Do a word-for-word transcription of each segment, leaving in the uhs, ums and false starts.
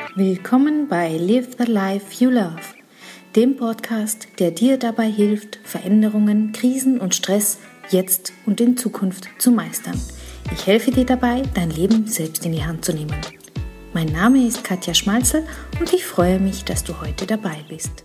Willkommen bei Live the Life You Love, dem Podcast, der dir dabei hilft, Veränderungen, Krisen und Stress jetzt und in Zukunft zu meistern. Ich helfe dir dabei, dein Leben selbst in die Hand zu nehmen. Mein Name ist Katja Schmalzel und ich freue mich, dass du heute dabei bist.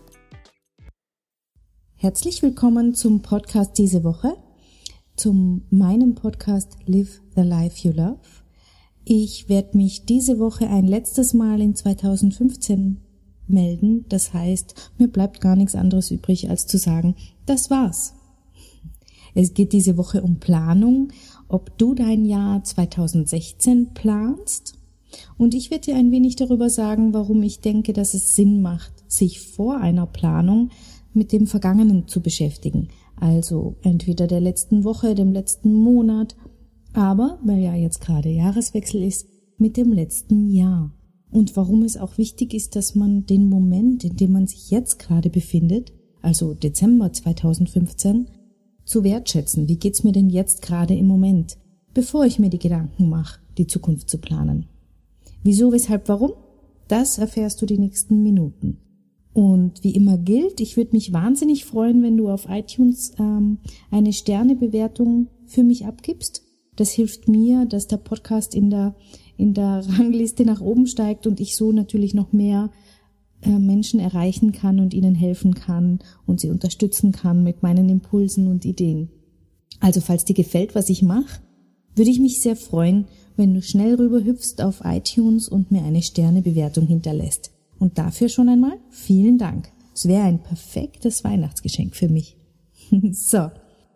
Herzlich willkommen zum Podcast diese Woche, zu meinem Podcast Live the Life You Love. Ich werde mich diese Woche ein letztes Mal in zweitausendfünfzehn melden. Das heißt, mir bleibt gar nichts anderes übrig, als zu sagen, das war's. Es geht diese Woche um Planung, ob du dein Jahr zweitausendsechzehn planst. Und ich werde dir ein wenig darüber sagen, warum ich denke, dass es Sinn macht, sich vor einer Planung mit dem Vergangenen zu beschäftigen. Also entweder der letzten Woche, dem letzten Monat, aber, weil ja jetzt gerade Jahreswechsel ist, mit dem letzten Jahr. Und warum es auch wichtig ist, dass man den Moment, in dem man sich jetzt gerade befindet, also Dezember zweitausendfünfzehn, zu wertschätzen. Wie geht's mir denn jetzt gerade im Moment, bevor ich mir die Gedanken mache, die Zukunft zu planen? Wieso, weshalb, warum? Das erfährst du die nächsten Minuten. Und wie immer gilt, ich würde mich wahnsinnig freuen, wenn du auf iTunes ähm, eine Sternebewertung für mich abgibst. Das hilft mir, dass der Podcast in der in der Rangliste nach oben steigt und ich so natürlich noch mehr äh, Menschen erreichen kann und ihnen helfen kann und sie unterstützen kann mit meinen Impulsen und Ideen. Also falls dir gefällt, was ich mache, würde ich mich sehr freuen, wenn du schnell rüber hüpfst auf iTunes und mir eine Sternebewertung hinterlässt. Und dafür schon einmal vielen Dank. Es wäre ein perfektes Weihnachtsgeschenk für mich. So.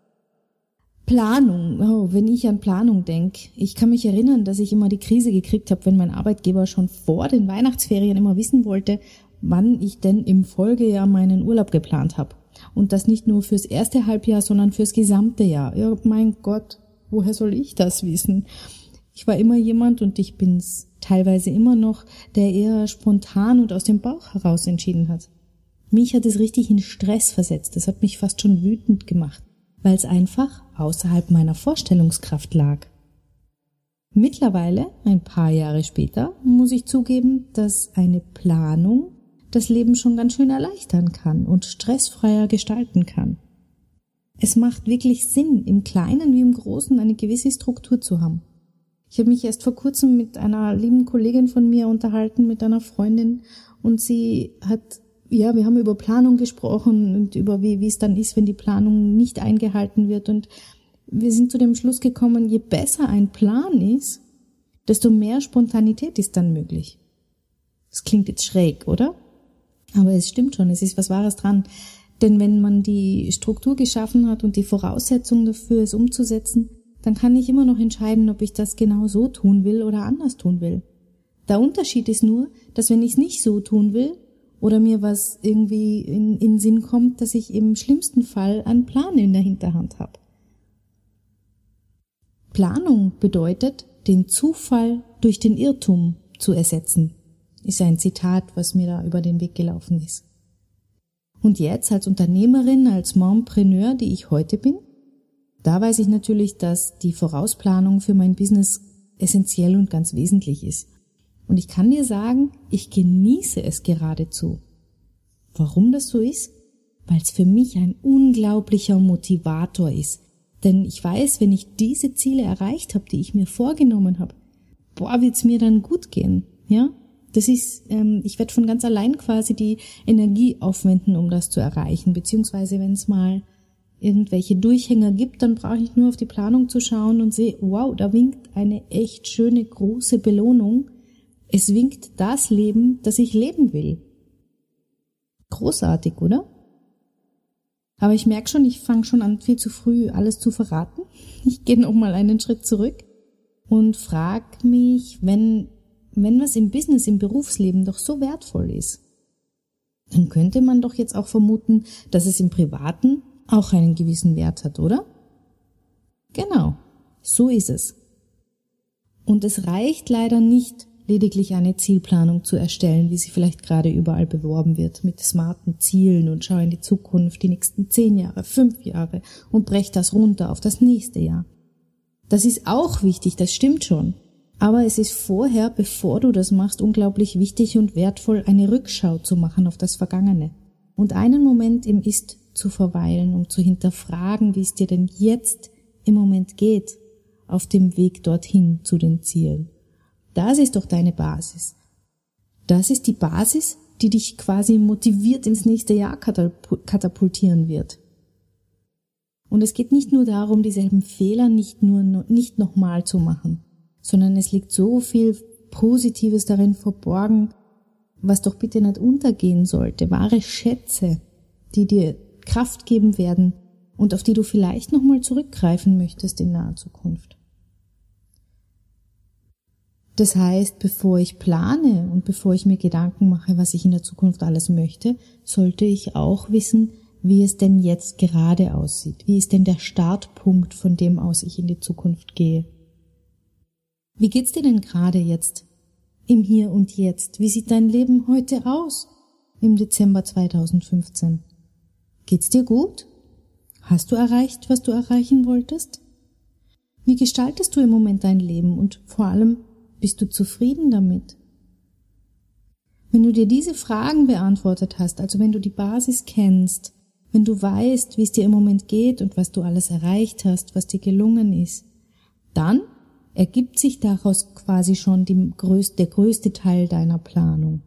Planung. Oh, wenn ich an Planung denke. Ich kann mich erinnern, dass ich immer die Krise gekriegt habe, wenn mein Arbeitgeber schon vor den Weihnachtsferien immer wissen wollte, wann ich denn im Folgejahr meinen Urlaub geplant habe. Und das nicht nur fürs erste Halbjahr, sondern fürs gesamte Jahr. Ja, mein Gott, woher soll ich das wissen? Ich war immer jemand, und ich bin's teilweise immer noch, der eher spontan und aus dem Bauch heraus entschieden hat. Mich hat es richtig in Stress versetzt. Das hat mich fast schon wütend gemacht, weil es einfach außerhalb meiner Vorstellungskraft lag. Mittlerweile, ein paar Jahre später, muss ich zugeben, dass eine Planung das Leben schon ganz schön erleichtern kann und stressfreier gestalten kann. Es macht wirklich Sinn, im Kleinen wie im Großen eine gewisse Struktur zu haben. Ich habe mich erst vor kurzem mit einer lieben Kollegin von mir unterhalten, mit einer Freundin, und sie hat, ja, wir haben über Planung gesprochen und über wie, wie es dann ist, wenn die Planung nicht eingehalten wird, und wir sind zu dem Schluss gekommen, je besser ein Plan ist, desto mehr Spontanität ist dann möglich. Das klingt jetzt schräg, oder? Aber es stimmt schon, es ist was Wahres dran. Denn wenn man die Struktur geschaffen hat und die Voraussetzungen dafür, es umzusetzen, dann kann ich immer noch entscheiden, ob ich das genau so tun will oder anders tun will. Der Unterschied ist nur, dass wenn ich es nicht so tun will oder mir was irgendwie in, in den Sinn kommt, dass ich im schlimmsten Fall einen Plan in der Hinterhand habe. Planung bedeutet, den Zufall durch den Irrtum zu ersetzen, ist ein Zitat, was mir da über den Weg gelaufen ist. Und jetzt als Unternehmerin, als Mompreneur, die ich heute bin, da weiß ich natürlich, dass die Vorausplanung für mein Business essentiell und ganz wesentlich ist. Und ich kann dir sagen, ich genieße es geradezu. Warum das so ist? Weil es für mich ein unglaublicher Motivator ist. Denn ich weiß, wenn ich diese Ziele erreicht habe, die ich mir vorgenommen habe, boah, wird's mir dann gut gehen, ja? Das ist, ähm, ich werde von ganz allein quasi die Energie aufwenden, um das zu erreichen, beziehungsweise wenn es mal irgendwelche Durchhänger gibt, dann brauche ich nur auf die Planung zu schauen und sehe, wow, da winkt eine echt schöne große Belohnung. Es winkt das Leben, das ich leben will. Großartig, oder? Aber ich merke schon, ich fange schon an, viel zu früh alles zu verraten. Ich gehe noch mal einen Schritt zurück und frage mich, wenn, wenn was im Business, im Berufsleben doch so wertvoll ist, dann könnte man doch jetzt auch vermuten, dass es im Privaten auch einen gewissen Wert hat, oder? Genau, so ist es. Und es reicht leider nicht, lediglich eine Zielplanung zu erstellen, wie sie vielleicht gerade überall beworben wird, mit smarten Zielen und schau in die Zukunft, die nächsten zehn Jahre, fünf Jahre und brech das runter auf das nächste Jahr. Das ist auch wichtig, das stimmt schon. Aber es ist vorher, bevor du das machst, unglaublich wichtig und wertvoll, eine Rückschau zu machen auf das Vergangene und einen Moment im Ist zu verweilen, um zu hinterfragen, wie es dir denn jetzt im Moment geht, auf dem Weg dorthin zu den Zielen. Das ist doch deine Basis. Das ist die Basis, die dich quasi motiviert ins nächste Jahr katapultieren wird. Und es geht nicht nur darum, dieselben Fehler nicht nur nicht nochmal zu machen, sondern es liegt so viel Positives darin verborgen, was doch bitte nicht untergehen sollte. Wahre Schätze, die dir Kraft geben werden und auf die du vielleicht nochmal zurückgreifen möchtest in naher Zukunft. Das heißt, bevor ich plane und bevor ich mir Gedanken mache, was ich in der Zukunft alles möchte, sollte ich auch wissen, wie es denn jetzt gerade aussieht. Wie ist denn der Startpunkt, von dem aus ich in die Zukunft gehe? Wie geht's dir denn gerade jetzt, im Hier und Jetzt? Wie sieht dein Leben heute aus, im Dezember zweitausendfünfzehn? Geht's dir gut? Hast du erreicht, was du erreichen wolltest? Wie gestaltest du im Moment dein Leben und vor allem, bist du zufrieden damit? Wenn du dir diese Fragen beantwortet hast, also wenn du die Basis kennst, wenn du weißt, wie es dir im Moment geht und was du alles erreicht hast, was dir gelungen ist, dann ergibt sich daraus quasi schon die größte, der größte Teil deiner Planung.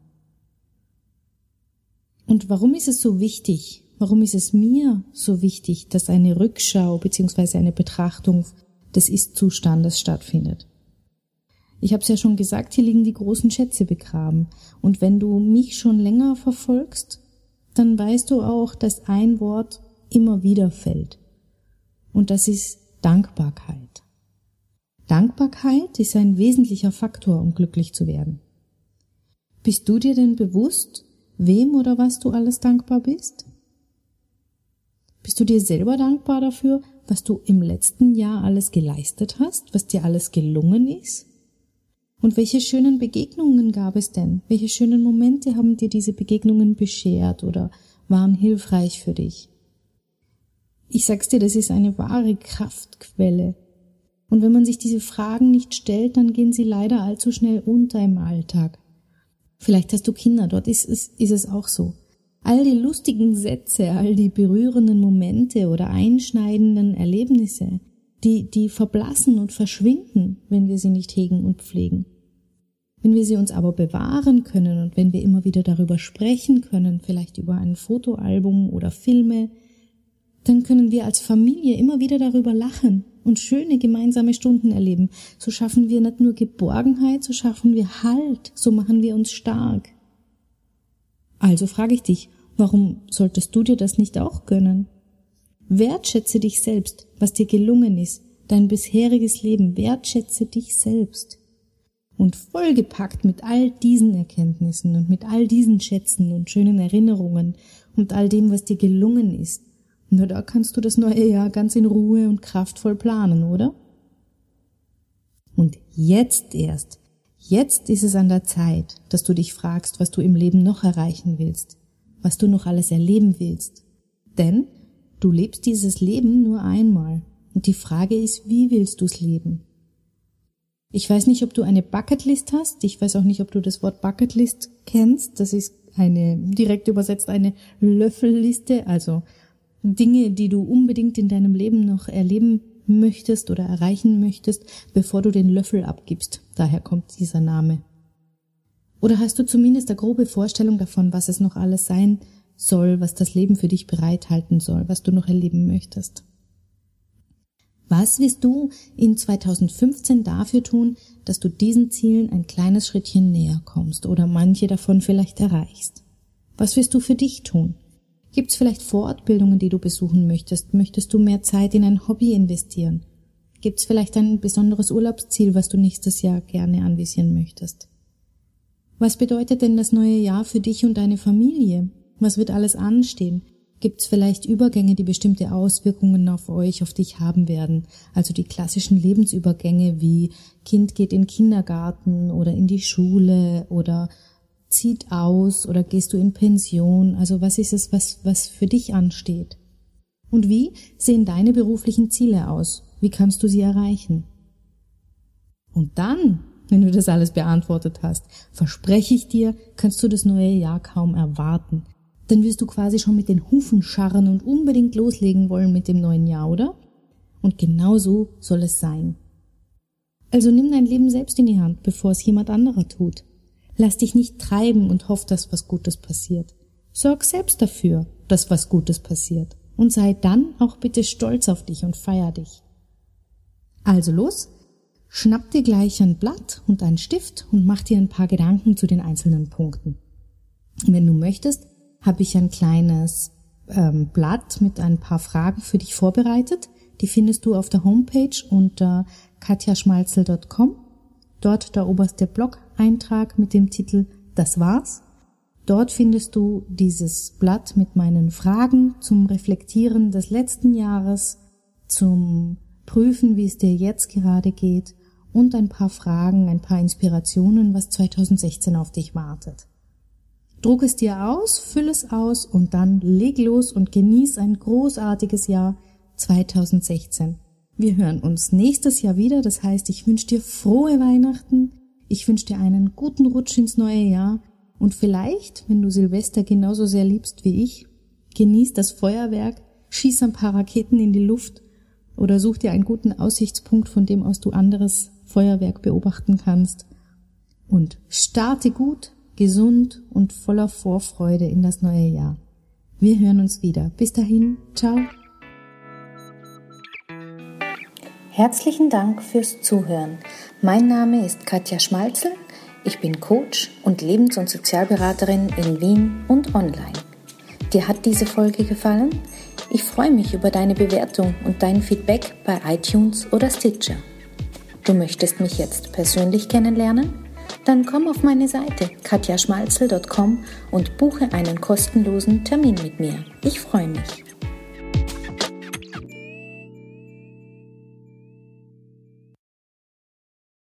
Und warum ist es so wichtig? Warum ist es mir so wichtig, dass eine Rückschau bzw. eine Betrachtung des Ist-Zustandes stattfindet? Ich habe es ja schon gesagt, hier liegen die großen Schätze begraben. Und wenn du mich schon länger verfolgst, dann weißt du auch, dass ein Wort immer wieder fällt. Und das ist Dankbarkeit. Dankbarkeit ist ein wesentlicher Faktor, um glücklich zu werden. Bist du dir denn bewusst, wem oder was du alles dankbar bist? Bist du dir selber dankbar dafür, was du im letzten Jahr alles geleistet hast, was dir alles gelungen ist? Und welche schönen Begegnungen gab es denn? Welche schönen Momente haben dir diese Begegnungen beschert oder waren hilfreich für dich? Ich sag's dir, das ist eine wahre Kraftquelle. Und wenn man sich diese Fragen nicht stellt, dann gehen sie leider allzu schnell unter im Alltag. Vielleicht hast du Kinder, dort ist es, ist es auch so. All die lustigen Sätze, all die berührenden Momente oder einschneidenden Erlebnisse, die, die verblassen und verschwinden, wenn wir sie nicht hegen und pflegen. Wenn wir sie uns aber bewahren können und wenn wir immer wieder darüber sprechen können, vielleicht über ein Fotoalbum oder Filme, dann können wir als Familie immer wieder darüber lachen und schöne gemeinsame Stunden erleben. So schaffen wir nicht nur Geborgenheit, so schaffen wir Halt, so machen wir uns stark. Also frage ich dich, warum solltest du dir das nicht auch gönnen? Wertschätze dich selbst, was dir gelungen ist, dein bisheriges Leben, wertschätze dich selbst. Und vollgepackt mit all diesen Erkenntnissen und mit all diesen Schätzen und schönen Erinnerungen und all dem, was dir gelungen ist, nur da kannst du das neue Jahr ganz in Ruhe und kraftvoll planen, oder? Und jetzt erst, jetzt ist es an der Zeit, dass du dich fragst, was du im Leben noch erreichen willst, was du noch alles erleben willst. Denn du lebst dieses Leben nur einmal. Und die Frage ist, wie willst du es leben? Ich weiß nicht, ob du eine Bucketlist hast. Ich weiß auch nicht, ob du das Wort Bucketlist kennst. Das ist eine, direkt übersetzt, eine Löffelliste. Also Dinge, die du unbedingt in deinem Leben noch erleben möchtest oder erreichen möchtest, bevor du den Löffel abgibst. Daher kommt dieser Name. Oder hast du zumindest eine grobe Vorstellung davon, was es noch alles sein soll, was das Leben für dich bereithalten soll, was du noch erleben möchtest? Was wirst du in zweitausendfünfzehn dafür tun, dass du diesen Zielen ein kleines Schrittchen näher kommst oder manche davon vielleicht erreichst? Was wirst du für dich tun? Gibt es vielleicht Fortbildungen, die du besuchen möchtest? Möchtest du mehr Zeit in ein Hobby investieren? Gibt es vielleicht ein besonderes Urlaubsziel, was du nächstes Jahr gerne anvisieren möchtest? Was bedeutet denn das neue Jahr für dich und deine Familie? Was wird alles anstehen? Gibt es vielleicht Übergänge, die bestimmte Auswirkungen auf euch, auf dich haben werden? Also die klassischen Lebensübergänge wie Kind geht in den Kindergarten oder in die Schule oder zieht aus oder gehst du in Pension? Also was ist es, was, was für dich ansteht? Und wie sehen deine beruflichen Ziele aus? Wie kannst du sie erreichen? Und dann, wenn du das alles beantwortet hast, verspreche ich dir, kannst du das neue Jahr kaum erwarten. Dann wirst du quasi schon mit den Hufen scharren und unbedingt loslegen wollen mit dem neuen Jahr, oder? Und genau so soll es sein. Also nimm dein Leben selbst in die Hand, bevor es jemand anderer tut. Lass dich nicht treiben und hoff, dass was Gutes passiert. Sorg selbst dafür, dass was Gutes passiert. Und sei dann auch bitte stolz auf dich und feier dich. Also los, schnapp dir gleich ein Blatt und einen Stift und mach dir ein paar Gedanken zu den einzelnen Punkten. Wenn du möchtest, habe ich ein kleines ähm, Blatt mit ein paar Fragen für dich vorbereitet. Die findest du auf der Homepage unter katja schmalzel punkt com. Dort der oberste Blog-Eintrag mit dem Titel Das war's. Dort findest du dieses Blatt mit meinen Fragen zum Reflektieren des letzten Jahres, zum Prüfen, wie es dir jetzt gerade geht und ein paar Fragen, ein paar Inspirationen, was zwanzig sechzehn auf dich wartet. Druck es dir aus, füll es aus und dann leg los und genieß ein großartiges Jahr zwanzig sechzehn. Wir hören uns nächstes Jahr wieder, das heißt, ich wünsche dir frohe Weihnachten, ich wünsche dir einen guten Rutsch ins neue Jahr und vielleicht, wenn du Silvester genauso sehr liebst wie ich, genieß das Feuerwerk, schieß ein paar Raketen in die Luft oder such dir einen guten Aussichtspunkt, von dem aus du anderes Feuerwerk beobachten kannst und starte gut, gesund und voller Vorfreude in das neue Jahr. Wir hören uns wieder. Bis dahin, ciao. Herzlichen Dank fürs Zuhören. Mein Name ist Katja Schmalzel. Ich bin Coach und Lebens- und Sozialberaterin in Wien und online. Dir hat diese Folge gefallen? Ich freue mich über deine Bewertung und dein Feedback bei iTunes oder Stitcher. Du möchtest mich jetzt persönlich kennenlernen? Dann komm auf meine Seite katja schmalzel punkt com und buche einen kostenlosen Termin mit mir. Ich freue mich.